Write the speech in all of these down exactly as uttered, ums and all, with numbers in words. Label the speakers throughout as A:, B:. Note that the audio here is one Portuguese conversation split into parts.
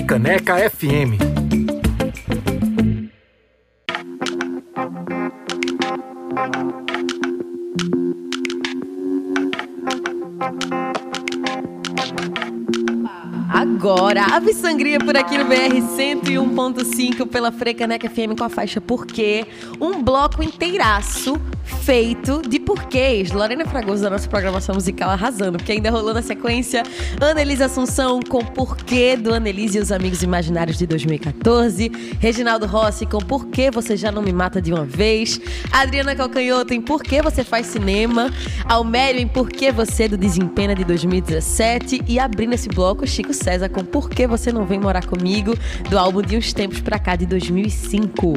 A: Frecaneca F M.
B: Agora, Ave Sangria por aqui no B R cento e um ponto cinco pela Frecaneca F M com a faixa Porquê. Um bloco inteiraço feito de porquês. Lorena Fragoso da nossa programação musical arrasando, porque ainda rolou na sequência Annelise Assunção com Porquê do Annelise e os Amigos Imaginários de dois mil e catorze. Reginaldo Rossi com Porquê Você Já Não Me Mata de Uma Vez. Adriana Calcanhoto em Porquê Você Faz Cinema. Almério em Porquê Você do Desempena de dois mil e dezessete. E abrindo esse bloco, Chico César com Por Que Você Não Vem Morar Comigo, do álbum De Uns Tempos Pra Cá, de dois mil e cinco.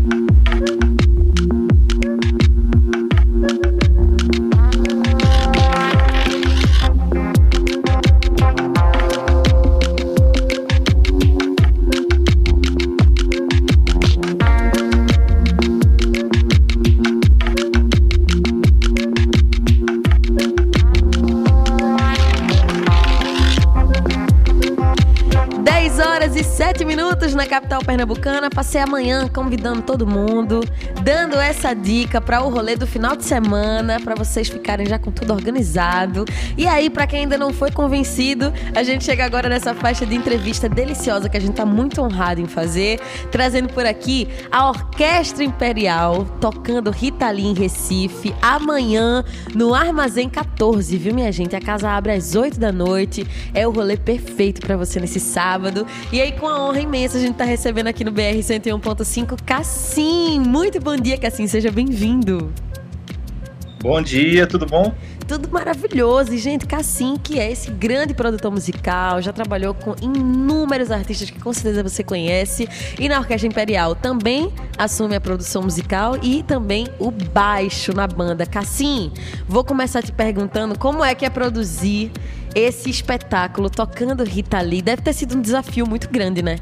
B: Sete minutos na capital pernambucana. Passei amanhã convidando todo mundo, dando essa dica para o rolê do final de semana, para vocês ficarem já com tudo organizado. E aí, para quem ainda não foi convencido, a gente chega agora nessa faixa de entrevista deliciosa que a gente tá muito honrado em fazer, trazendo por aqui a Orquestra Imperial tocando Rita Lee em Recife amanhã no Armazém quatorze, viu, minha gente? A casa abre às oito da noite. É o rolê perfeito para você nesse sábado. E aí, com a honra imensa, a gente tá recebendo aqui no B R cento e um ponto cinco Cassim. Muito bom dia, Cassim, seja bem-vindo.
C: Bom dia, tudo bom?
B: Tudo maravilhoso. E, gente, Cassim, que é esse grande produtor musical, já trabalhou com inúmeros artistas que com certeza você conhece. E na Orquestra Imperial também assume a produção musical e também o baixo na banda. Cassim, vou começar te perguntando como é que é produzir esse espetáculo tocando Rita Lee. Deve ter sido um desafio muito grande, né?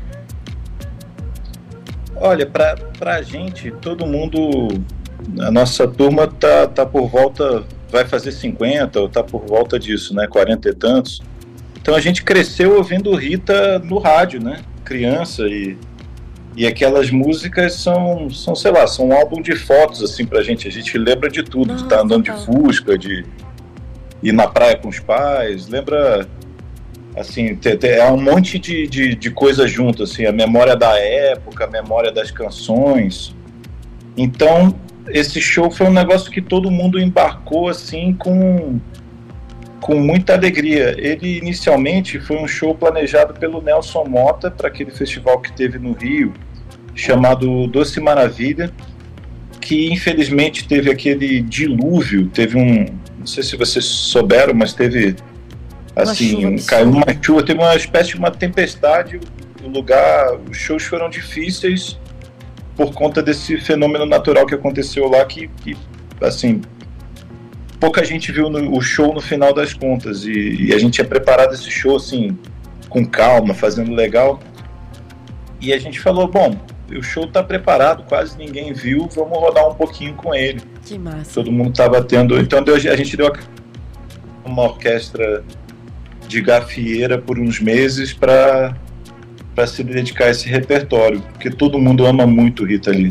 C: Olha, pra, pra gente, todo mundo, a nossa turma tá, tá por volta, vai fazer cinquenta, ou tá por volta disso, né, quarenta e tantos. Então a gente cresceu ouvindo Rita no rádio, né, criança, e, e aquelas músicas são, são, sei lá, são um álbum de fotos, assim, pra gente. A gente lembra de tudo, de estar andando de Fusca, de ir na praia com os pais, lembra, assim, te, te, é um monte de, de, de coisa junto, assim, a memória da época, a memória das canções. Então, esse show foi um negócio que todo mundo embarcou, assim, com, com muita alegria. Ele, inicialmente, foi um show planejado pelo Nelson Mota, para aquele festival que teve no Rio, chamado Doce Maravilha, que, infelizmente, teve aquele dilúvio, teve um... Não sei se vocês souberam, mas teve, assim, um, caiu uma chuva, teve uma espécie de uma tempestade, o lugar, os shows foram difíceis por conta desse fenômeno natural que aconteceu lá, que, que assim, pouca gente viu no, o show no final das contas, e, e a gente tinha preparado esse show, assim, com calma, fazendo legal, e a gente falou, bom, o show está preparado, quase ninguém viu, vamos rodar um pouquinho com ele.
B: Que massa.
C: Todo mundo estava tendo... Então deu, a gente deu uma orquestra de gafieira por uns meses para para se dedicar a esse repertório, porque todo mundo ama muito Rita Lee.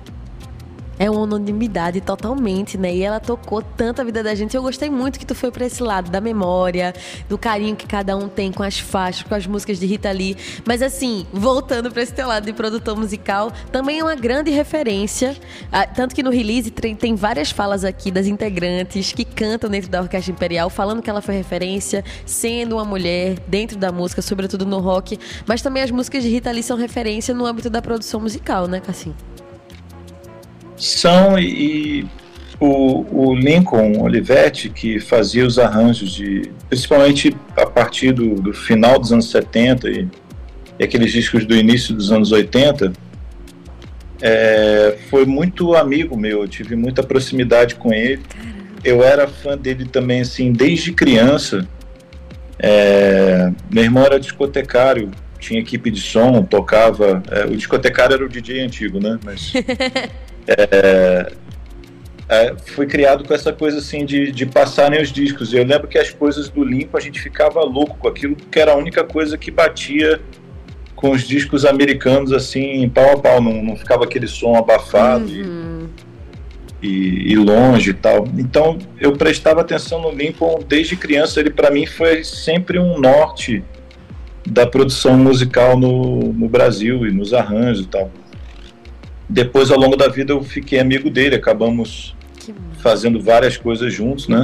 B: É uma unanimidade totalmente, né? E ela tocou tanto a vida da gente. Eu gostei muito que tu foi pra esse lado da memória, do carinho que cada um tem com as faixas, com as músicas de Rita Lee. Mas assim, voltando pra esse teu lado de produtor musical, também é uma grande referência. Tanto que no release tem várias falas aqui das integrantes que cantam dentro da Orquestra Imperial, falando que ela foi referência, sendo uma mulher dentro da música, sobretudo no rock. Mas também as músicas de Rita Lee são referência no âmbito da produção musical, né, Cassim?
C: São, e o, o Lincoln Olivetti, que fazia os arranjos, de, principalmente a partir do, do final dos anos setenta e, e aqueles discos do início dos anos oitenta, é, foi muito amigo meu, eu tive muita proximidade com ele. Eu era fã dele também, assim, desde criança. É, meu irmão era discotecário, tinha equipe de som, tocava... É, o discotecário era o D J antigo, né? Mas... É, é, fui criado com essa coisa assim de, de passarem os discos. Eu lembro que as coisas do Limpo a gente ficava louco com aquilo, porque era a única coisa que batia com os discos americanos, assim, pau a pau, não, não ficava aquele som abafado uhum. e, e, e longe e tal. Então, eu prestava atenção no Lincoln desde criança. Ele, para mim, foi sempre um norte da produção musical no, no Brasil e nos arranjos e tal. Depois, ao longo da vida, eu fiquei amigo dele, acabamos fazendo várias coisas juntos, né?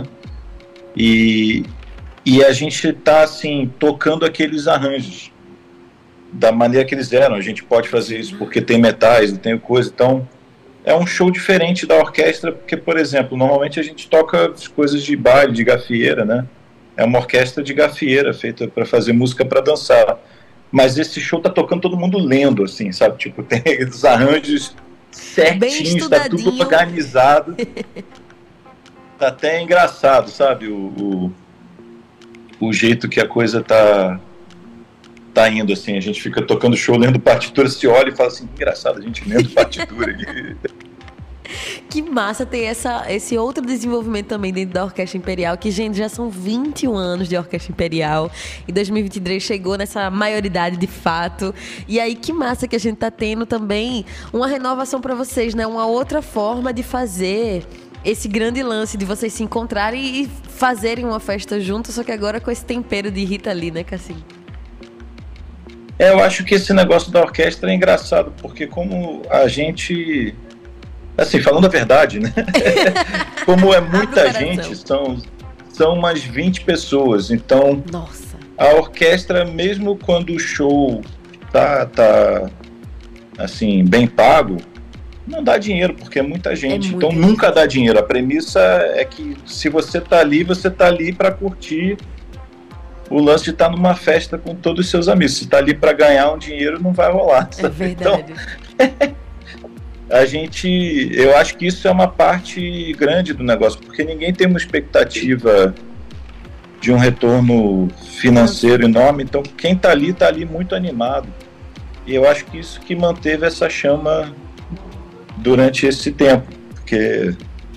C: E, e a gente tá, assim, tocando aqueles arranjos da maneira que eles eram. A gente pode fazer isso porque tem metais e tem coisa. Então, é um show diferente da orquestra, porque, por exemplo, normalmente a gente toca as coisas de baile, de gafieira, né? É uma orquestra de gafieira feita para fazer música para dançar. Mas esse show tá tocando todo mundo lendo, assim, sabe? Tipo, tem os arranjos certinhos, tá tudo organizado. Tá até engraçado, sabe? O, o, o jeito que a coisa tá, tá indo, assim. A gente fica tocando show, lendo partitura, se olha e fala assim, engraçado, a gente lendo partitura aqui.
B: Que massa ter essa, esse outro desenvolvimento também dentro da Orquestra Imperial, que, gente, já são vinte e um anos de Orquestra Imperial, e dois mil e vinte e três chegou nessa maioridade de fato. E aí, que massa que a gente tá tendo também uma renovação para vocês, né? Uma outra forma de fazer esse grande lance de vocês se encontrarem e fazerem uma festa juntos, só que agora com esse tempero de Rita Lee, né, Cassim?
C: É, eu acho que esse negócio da orquestra é engraçado, porque como a gente... Assim, falando a verdade, né? Como é muita gente, são, são umas vinte pessoas. Então,
B: nossa,
C: a orquestra, mesmo quando o show tá, tá assim, bem pago, não dá dinheiro, porque é muita gente. É então, gente. Nunca dá dinheiro. A premissa é que se você tá ali, você tá ali para curtir o lance de estar numa festa com todos os seus amigos. Se tá ali para ganhar um dinheiro, não vai rolar.
B: Sabe? É verdade.
C: Então, a gente, eu acho que isso é uma parte grande do negócio, porque ninguém tem uma expectativa de um retorno financeiro enorme, então quem está ali, está ali muito animado, e eu acho que isso que manteve essa chama durante esse tempo, porque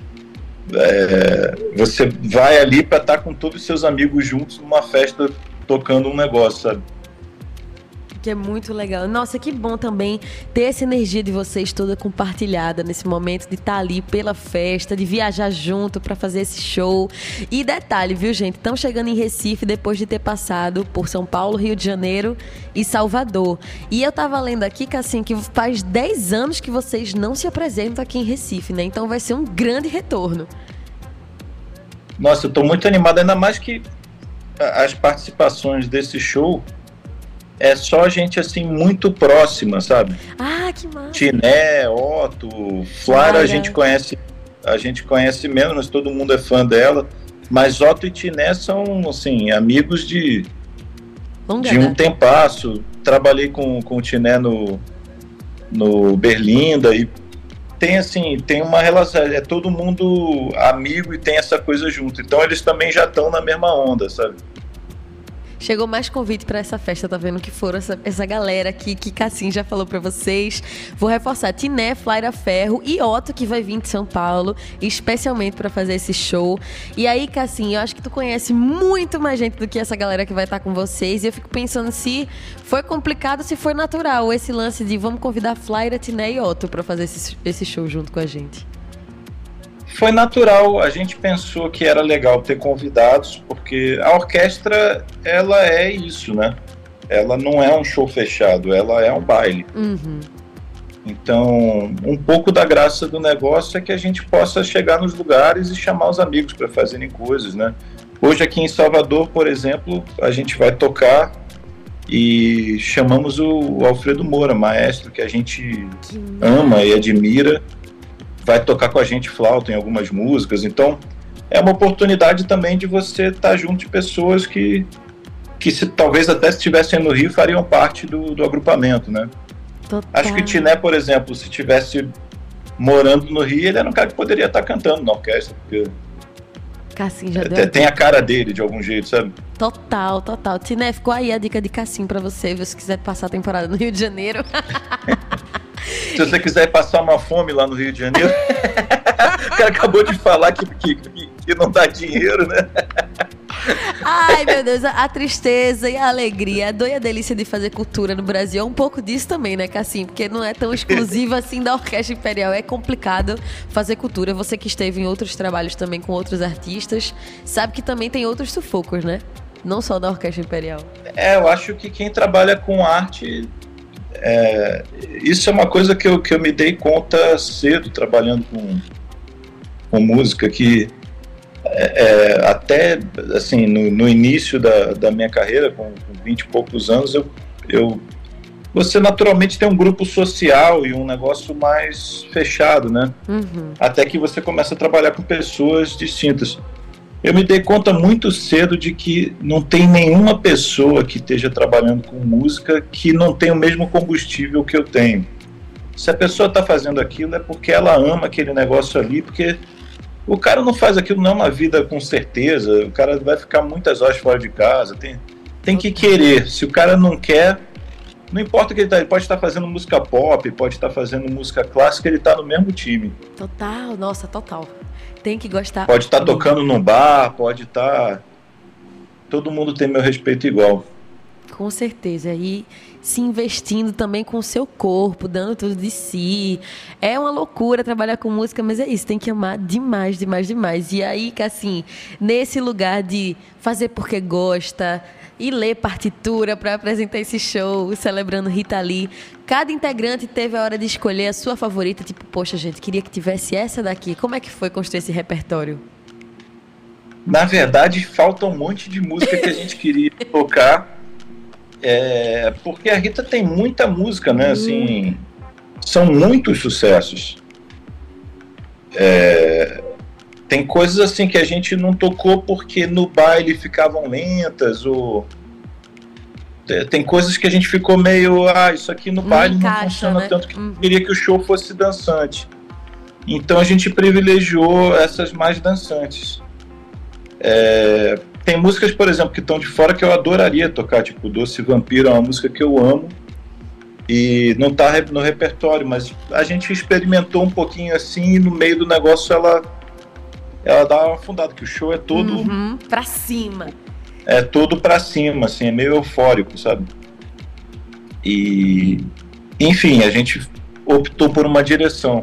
C: é, você vai ali para estar com todos os seus amigos juntos numa festa tocando um negócio, sabe?
B: Que é muito legal. Nossa, que bom também ter essa energia de vocês toda compartilhada nesse momento de estar ali pela festa, de viajar junto para fazer esse show. E detalhe, viu, gente? Estão chegando em Recife depois de ter passado por São Paulo, Rio de Janeiro e Salvador. E eu tava lendo aqui, Cassim, que faz dez anos que vocês não se apresentam aqui em Recife, né? Então vai ser um grande retorno.
C: Nossa, eu tô muito animado, ainda mais que as participações desse show é só gente, assim, muito próxima, sabe?
B: Ah, que massa!
C: Tiné, Otto, Flávia, a gente conhece, a gente conhece menos, todo mundo é fã dela, mas Otto e Tiné são, assim, amigos de, de um tempasso. Trabalhei com, com o Tiné no, no Berlinda e tem, assim, tem uma relação, é todo mundo amigo e tem essa coisa junto. Então eles também já estão na mesma onda, sabe?
B: Chegou mais convite para essa festa, tá vendo que foram essa, essa galera aqui que Cassim já falou para vocês. Vou reforçar, Tiné, Flaira Ferro e Otto, que vai vir de São Paulo, especialmente para fazer esse show. E aí, Cassim, eu acho que tu conhece muito mais gente do que essa galera que vai estar com vocês. E eu fico pensando se foi complicado, se foi natural esse lance de vamos convidar Flaira, Tiné e Otto para fazer esse, esse show junto com a gente.
C: Foi natural, a gente pensou que era legal ter convidados, porque a orquestra, ela é isso, né? Ela não é um show fechado, ela é um baile.
B: Uhum.
C: Então, um pouco da graça do negócio é que a gente possa chegar nos lugares e chamar os amigos para fazerem coisas, né? Hoje aqui em Salvador, por exemplo, a gente vai tocar e chamamos o Alfredo Moura, maestro que a gente ama e admira. Vai tocar com a gente flauta em algumas músicas, então é uma oportunidade também de você estar junto de pessoas que, que se, talvez até se estivessem no Rio fariam parte do, do agrupamento, né?
B: Total.
C: Acho que o Tiné, por exemplo, se estivesse morando no Rio, ele era um cara que poderia estar cantando na orquestra, porque
B: Cassim já
C: tem,
B: deu
C: tem a cara dele de algum jeito, sabe?
B: Total, total. Tiné, ficou aí a dica de Cassim pra você, viu? Se quiser passar a temporada no Rio de Janeiro.
C: Se você quiser passar uma fome lá no Rio de Janeiro, o cara acabou de falar que, que, que não dá dinheiro, né?
B: Ai, meu Deus, a, a tristeza e a alegria, a dor e a delícia de fazer cultura no Brasil é um pouco disso também, né, Cassim? Porque não é tão exclusiva assim da Orquestra Imperial. É complicado fazer cultura. Você que esteve em outros trabalhos também com outros artistas, sabe que também tem outros sufocos, né? Não só da Orquestra Imperial.
C: É, eu acho que quem trabalha com arte... É, isso é uma coisa que eu, que eu me dei conta cedo, trabalhando com, com música, que é, é, até assim, no, no início da, da minha carreira, com, com vinte e poucos anos, eu, eu, você naturalmente tem um grupo social e um negócio mais fechado, né? Uhum. Até que você começa a trabalhar com pessoas distintas. Eu me dei conta muito cedo de que não tem nenhuma pessoa que esteja trabalhando com música que não tem o mesmo combustível que eu tenho. Se a pessoa está fazendo aquilo é porque ela ama aquele negócio ali, porque o cara não faz aquilo não é uma vida com certeza, o cara vai ficar muitas horas fora de casa, tem, tem que querer. Se o cara não quer, não importa o que ele está, ele pode estar fazendo música pop, pode estar fazendo música clássica, ele está no mesmo time.
B: Total, nossa, total. Tem que gostar.
C: Pode estar tocando num bar, pode estar... Todo mundo tem meu respeito igual.
B: Com certeza. E se investindo também com o seu corpo, dando tudo de si. É uma loucura trabalhar com música, mas é isso. Tem que amar demais, demais, demais. E aí, que assim, nesse lugar de fazer porque gosta... e ler partitura para apresentar esse show, celebrando Rita Lee. Cada integrante teve a hora de escolher a sua favorita, tipo, poxa, gente, queria que tivesse essa daqui. Como é que foi construir esse repertório?
C: Na verdade, falta um monte de música que a gente queria tocar, é, porque a Rita tem muita música, né? Assim, são muitos sucessos. É... Tem coisas assim que a gente não tocou porque no baile ficavam lentas, ou tem coisas que a gente ficou meio, ah, isso aqui no baile não, não funciona, né? Tanto que uhum. queria que o show fosse dançante. Então a gente privilegiou essas mais dançantes. É, tem músicas, por exemplo, que estão de fora que eu adoraria tocar, tipo Doce Vampiro, é uma música que eu amo e não está no repertório, mas a gente experimentou um pouquinho assim e no meio do negócio ela... ela dá uma afundada, que o show é todo...
B: Uhum, pra cima.
C: É todo pra cima, assim, é meio eufórico, sabe? E... enfim, a gente optou por uma direção.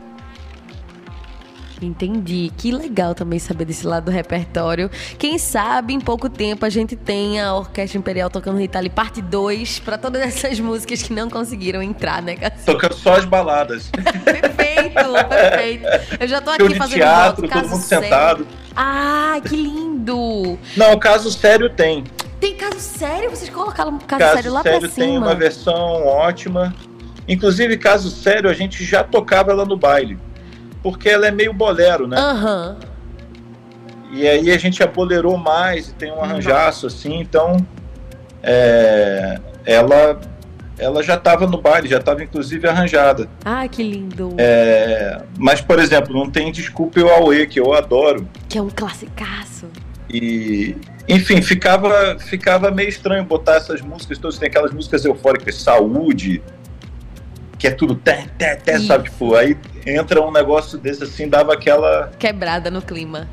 B: Entendi. Que legal também saber desse lado do repertório. Quem sabe, em pouco tempo, a gente tem a Orquestra Imperial tocando Rita Lee parte dois pra todas essas músicas que não conseguiram entrar, né, Cassim?
C: Tocando só as baladas.
B: Perfeito, perfeito. Eu já tô aqui
C: show de
B: fazendo
C: teatro,
B: voto,
C: todo mundo
B: sério.
C: sentado.
B: Ah, que lindo!
C: Não, caso sério tem.
B: Tem caso sério? Vocês colocaram caso,
C: caso
B: sério lá
C: sério
B: pra cima?
C: Tem uma versão ótima. Inclusive, caso sério, a gente já tocava ela no baile. Porque ela é meio bolero, né?
B: Aham. Uhum.
C: E aí a gente abolerou mais e tem um arranjaço, assim, então é, ela, ela já estava no baile, já estava inclusive arranjada.
B: Ah, que lindo!
C: É, mas, por exemplo, não tem Desculpe o Auê, que eu adoro.
B: Que é um classicaço.
C: E, enfim, ficava, ficava meio estranho botar essas músicas todas, tem aquelas músicas eufóricas, Saúde, que é tudo té, té, té, sabe? Tipo, aí entra um negócio desse assim, dava aquela...
B: quebrada no clima.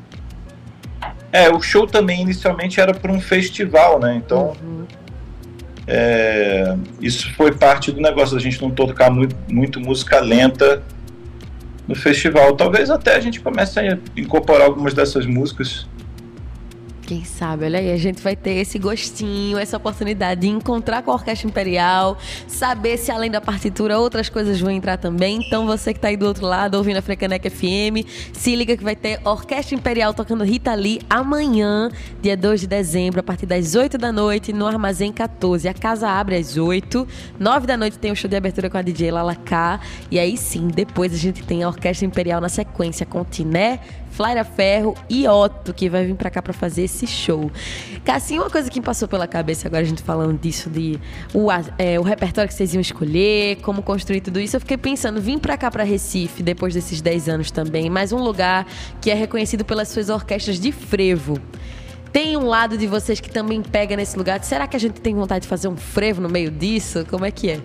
C: É, o show também inicialmente era para um festival, né? Então, uhum. é, isso foi parte do negócio, a gente não tocar muito, muito música lenta no festival. Talvez até a gente comece a incorporar algumas dessas músicas.
B: Quem sabe, olha aí, a gente vai ter esse gostinho, essa oportunidade de encontrar com a Orquestra Imperial, saber se além da partitura outras coisas vão entrar também. Então você que tá aí do outro lado, ouvindo a Frecaneca F M, se liga que vai ter Orquestra Imperial tocando Rita Lee amanhã, dia dois de dezembro, a partir das oito da noite, no Armazém quatorze. A casa abre às oito, nove da noite tem o show de abertura com a D J Lala K. E aí sim, depois a gente tem a Orquestra Imperial na sequência com Tiné, Flaira Ferro e Otto, que vai vir pra cá pra fazer esse show. Cassim, uma coisa que me passou pela cabeça agora, a gente falando disso, de o, é, o repertório que vocês iam escolher, como construir tudo isso, eu fiquei pensando, vim pra cá pra Recife, depois desses dez anos também, mas um lugar que é reconhecido pelas suas orquestras de frevo. Tem um lado de vocês que também pega nesse lugar? Será que a gente tem vontade de fazer um frevo no meio disso? Como é que é?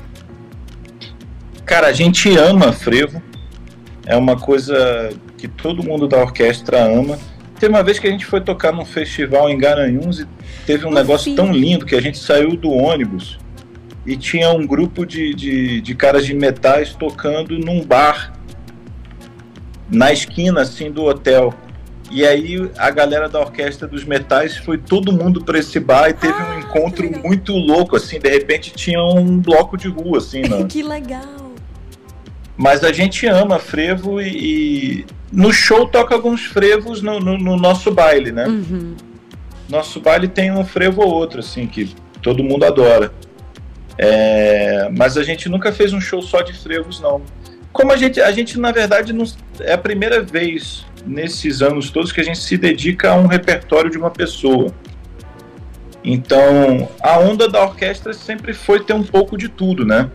C: Cara, a gente ama frevo. É uma coisa que todo mundo da orquestra ama. Teve uma vez que a gente foi tocar num festival em Garanhuns e teve um negócio tão lindo que a gente saiu do ônibus e tinha um grupo de, de, de caras de metais tocando num bar na esquina assim do hotel. E aí a galera da orquestra dos metais foi todo mundo para esse bar e teve ah, um encontro muito louco, assim, de repente tinha um bloco de rua, assim, né?
B: Que legal!
C: Mas a gente ama frevo e, e no show toca alguns frevos no, no, no nosso baile, né?
B: Uhum.
C: Nosso baile tem um frevo ou outro, assim, que todo mundo adora. É, mas a gente nunca fez um show só de frevos, não. Como a gente, a gente na verdade, não, é a primeira vez nesses anos todos que a gente se dedica a um repertório de uma pessoa. Então, a onda da orquestra sempre foi ter um pouco de tudo, né?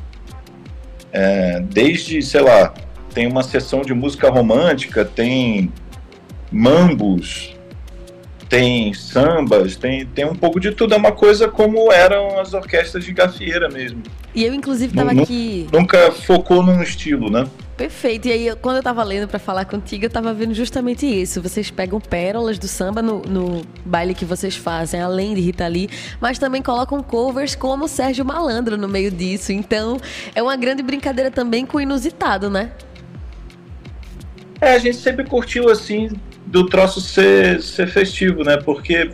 C: É, desde, sei lá, tem uma sessão de música romântica, tem mambos, tem sambas, tem, tem um pouco de tudo. É uma coisa como eram as orquestras de gafieira mesmo.
B: E eu, inclusive, estava aqui...
C: Nunca focou num estilo, né?
B: Perfeito. E aí, eu, quando eu tava lendo para falar contigo, eu tava vendo justamente isso. Vocês pegam pérolas do samba no, no baile que vocês fazem, além de Rita Lee, mas também colocam covers como Sérgio Malandro no meio disso. Então, é uma grande brincadeira também com o inusitado, né?
C: É, a gente sempre curtiu, assim, do troço ser, ser festivo, né? Porque...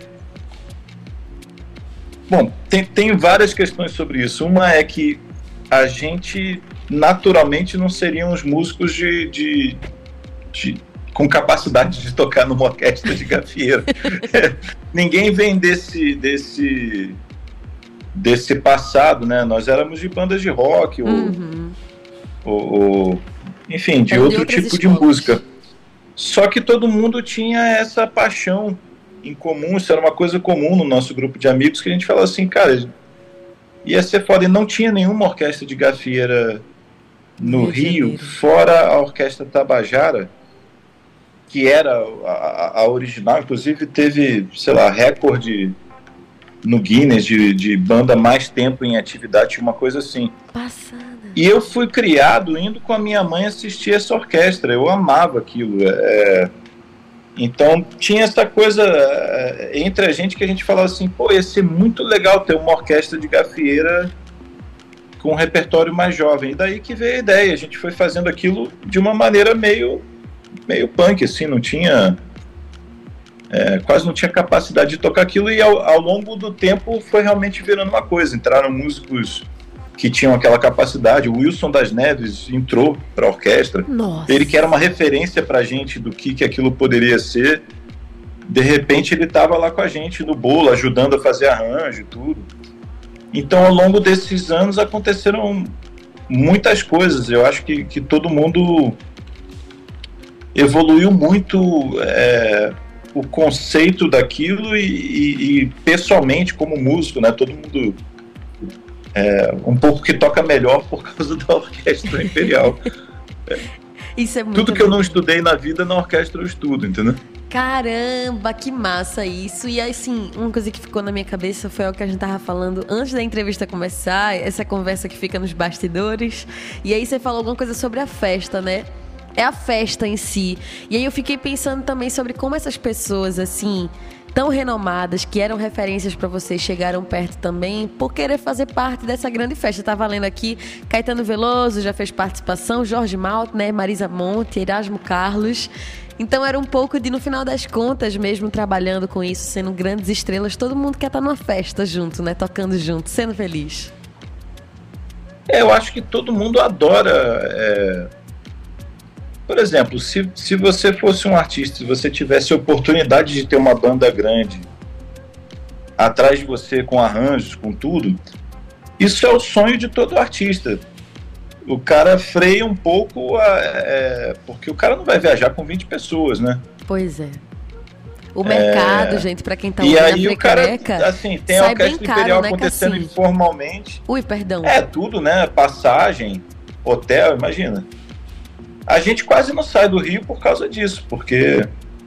C: Bom, tem, tem várias questões sobre isso. Uma é que a gente... naturalmente não seriam os músicos de, de, de, com capacidade de tocar numa orquestra de gafieira. Ninguém vem desse, desse, desse passado, né? Nós éramos de bandas de rock,
B: uhum.
C: ou, ou, enfim, de
B: é
C: outro
B: de
C: tipo
B: escolas.
C: de música. Só que todo mundo tinha essa paixão em comum, isso era uma coisa comum no nosso grupo de amigos, que a gente falava assim, cara, ia ser foda, e não tinha nenhuma orquestra de gafieira no Rio, fora a Orquestra Tabajara, que era a, a original, inclusive teve, sei lá, recorde no Guinness de, de banda mais tempo em atividade, uma coisa assim.
B: Passada.
C: E eu fui criado indo com a minha mãe assistir essa orquestra, eu amava aquilo. É... Então tinha essa coisa é, entre a gente que a gente falava assim, pô, ia ser muito legal ter uma orquestra de gafieira com um repertório mais jovem. E daí que veio a ideia. A gente foi fazendo aquilo de uma maneira meio, meio punk, assim, não tinha... É, quase não tinha capacidade de tocar aquilo, e ao, ao longo do tempo foi realmente virando uma coisa. Entraram músicos que tinham aquela capacidade. O Wilson das Neves entrou para a orquestra.
B: Nossa.
C: Ele que era uma referência para a gente do que, que aquilo poderia ser. De repente ele estava lá com a gente no bolo, ajudando a fazer arranjo e tudo. Então, ao longo desses anos, aconteceram muitas coisas. Eu acho que, que todo mundo evoluiu muito é, o conceito daquilo e, e, e, pessoalmente, como músico, né? Todo mundo é, um pouco que toca melhor por causa da Orquestra Imperial.
B: Isso é muito
C: Tudo que eu não
B: bom.
C: estudei na vida, na orquestra eu estudo, entendeu?
B: Caramba, que massa isso. E assim, uma coisa que ficou na minha cabeça foi o que a gente tava falando antes da entrevista começar, essa conversa que fica nos bastidores. E aí você falou alguma coisa sobre a festa, né? É a festa em si. E aí eu fiquei pensando também sobre como essas pessoas, assim, tão renomadas, que eram referências para vocês, chegaram perto também por querer fazer parte dessa grande festa. Eu tava lendo aqui, Caetano Veloso já fez participação, Jorge Maltner, Marisa Monte, Erasmo Carlos. Então era um pouco de, no final das contas, mesmo trabalhando com isso, sendo grandes estrelas, todo mundo quer estar numa festa junto, né? Tocando junto, sendo feliz.
C: É, eu acho que todo mundo adora... É... Por exemplo, se, se você fosse um artista, se você tivesse a oportunidade de ter uma banda grande atrás de você, com arranjos, com tudo, isso é o sonho de todo artista. O cara freia um pouco, a, é, porque o cara não vai viajar com vinte pessoas, né?
B: Pois é. O mercado, é... gente, pra quem tá
C: ouvindo
B: a
C: aí o cara, assim, tem a Orquestra
B: caro,
C: Imperial,
B: né,
C: acontecendo
B: Cassim?
C: informalmente.
B: Ui, perdão.
C: É, tudo, né? Passagem, hotel, imagina. A gente quase não sai do Rio por causa disso, porque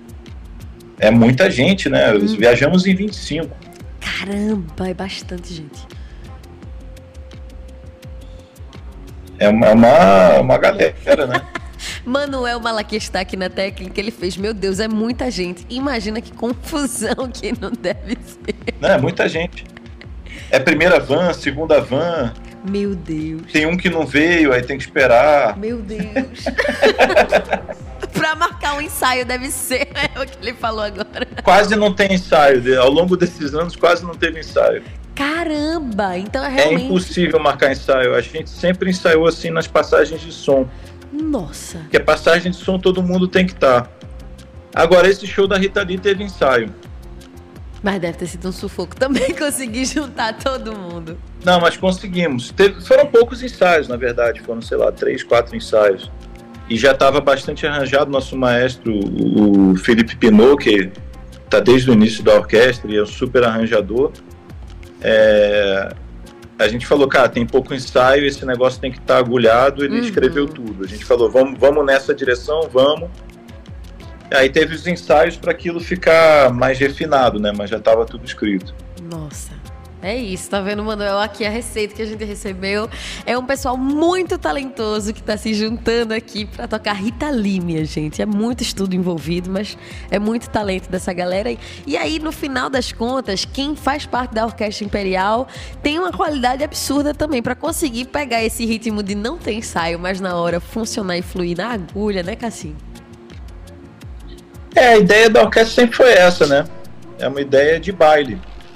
C: é muita gente, né? Hum. Viajamos em vinte e cinco.
B: Caramba, é bastante gente.
C: É uma, uma, uma galera, né?
B: Manuel Malaquias está aqui na técnica, ele fez, meu Deus, é muita gente. Imagina que confusão que não deve ser.
C: Não, é muita gente. É primeira van, segunda van.
B: Meu Deus.
C: Tem um que não veio, aí tem que esperar.
B: Meu Deus. Pra marcar um ensaio deve ser, é o que ele falou agora.
C: Quase não tem ensaio. Ao longo desses anos, quase não teve ensaio.
B: Caramba, então é realmente...
C: É impossível marcar ensaio. A gente sempre ensaiou assim nas passagens de som.
B: Nossa.
C: Porque a passagem de som todo mundo tem que estar. Agora, esse show da Rita Lee teve ensaio.
B: Mas deve ter sido um sufoco também conseguir juntar todo mundo.
C: Não, mas conseguimos. Teve, foram poucos ensaios, na verdade. Foram, sei lá, três, quatro ensaios. E já estava bastante arranjado. Nosso maestro, o Felipe Pinot, que está desde o início da orquestra e é um super arranjador. É... A gente falou, cara, tem pouco ensaio, esse negócio tem que estar tá agulhado. Ele uhum. escreveu tudo. A gente falou, vamos, vamos nessa direção, vamos. Aí teve os ensaios para aquilo ficar mais refinado, né? Mas já estava tudo escrito.
B: Nossa, é isso. Tá vendo, Manuel? Aqui a receita que a gente recebeu. É um pessoal muito talentoso que está se juntando aqui para tocar Rita Lee, minha gente. É muito estudo envolvido, mas é muito talento dessa galera. E aí, no final das contas, quem faz parte da Orquestra Imperial tem uma qualidade absurda também para conseguir pegar esse ritmo de não ter ensaio, mas na hora funcionar e fluir na agulha, né, Cassim?
C: É, a ideia da orquestra sempre foi essa, né? É uma ideia de baile.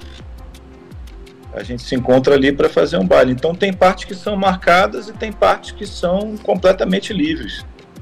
C: A gente se encontra ali para fazer um baile. Então tem partes que são marcadas e tem partes que são completamente livres.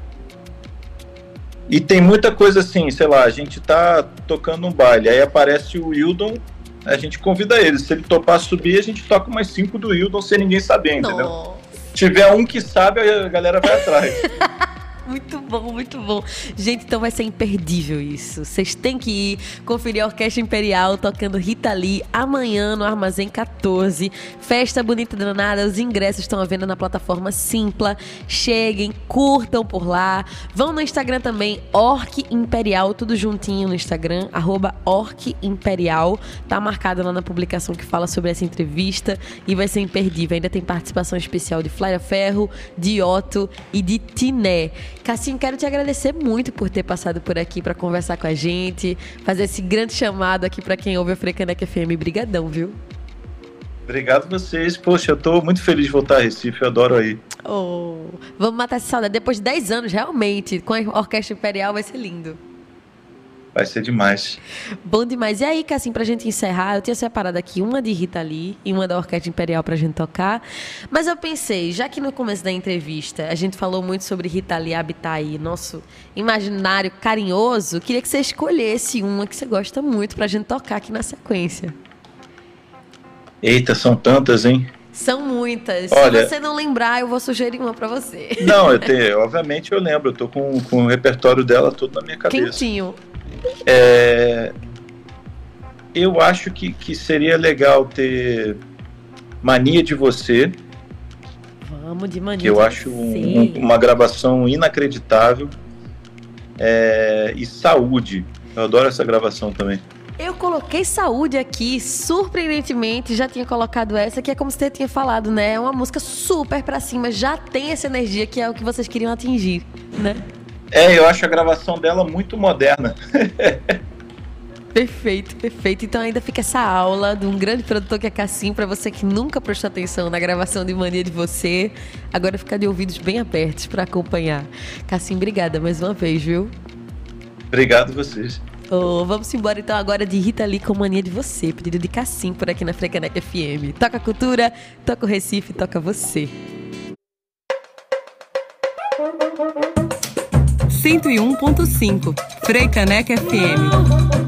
C: E tem muita coisa assim, sei lá, a gente tá tocando um baile, aí aparece o Wildon, a gente convida ele. Se ele topar subir, a gente toca umas cinco do Wildon sem ninguém saber, entendeu?
B: Nossa.
C: Se tiver um que sabe, a galera vai atrás.
B: Muito bom, muito bom. Gente, então vai ser imperdível isso. Vocês têm que ir conferir a Orquestra Imperial tocando Rita Lee amanhã no Armazém quatorze. Festa bonita danada. Os ingressos estão à venda na plataforma Simpla. Cheguem, curtam por lá. Vão no Instagram também, Orc Imperial, tudo juntinho no Instagram, arroba Orc Imperial. Tá marcado lá na publicação que fala sobre essa entrevista e vai ser imperdível. Ainda tem participação especial de Flávia Ferro, de Otto e de Tiné. Cassim, quero te agradecer muito por ter passado por aqui para conversar com a gente, fazer esse grande chamado aqui para quem ouve a Frecaneca F M. Brigadão, viu?
C: Obrigado a vocês. Poxa, eu tô muito feliz de voltar a Recife, eu adoro aí.
B: Oh, vamos matar essa saudade. Depois de dez anos, realmente, com a Orquestra Imperial vai ser lindo.
C: Vai ser demais.
B: Bom demais. E aí, Cassim, pra gente encerrar, eu tinha separado aqui uma de Rita Lee e uma da Orquestra Imperial pra gente tocar. Mas eu pensei, já que no começo da entrevista a gente falou muito sobre Rita Lee habitar aí, nosso imaginário carinhoso, queria que você escolhesse uma que você gosta muito pra gente tocar aqui na sequência.
C: Eita, são tantas, hein?
B: São muitas.
C: Olha,
B: se você não lembrar, eu vou sugerir uma pra você.
C: Não, eu tenho, obviamente eu lembro. Eu tô com, com o repertório dela todo na minha cabeça.
B: Quentinho.
C: É, eu acho que, que seria legal ter Mania de Você.
B: Vamos de Mania
C: que eu
B: de
C: acho
B: Você.
C: Um, uma gravação inacreditável. É, e Saúde. Eu adoro essa gravação também.
B: Eu coloquei Saúde aqui, surpreendentemente, já tinha colocado essa, que é como você tinha falado, né? É uma música super pra cima, já tem essa energia que é o que vocês queriam atingir, né?
C: É, eu acho a gravação dela muito moderna.
B: Perfeito, perfeito. Então ainda fica essa aula de um grande produtor que é Cassim, pra você que nunca prestou atenção na gravação de Mania de Você. Agora fica de ouvidos bem abertos pra acompanhar. Cassim, obrigada mais uma vez, viu?
C: Obrigado a vocês.
B: Oh, vamos embora então agora de Rita Lee com Mania de Você, pedido de Cassim por aqui na Frecaneca F M. Toca a cultura, toca o Recife, toca você.
A: cento e um ponto cinco Frecaneca F M.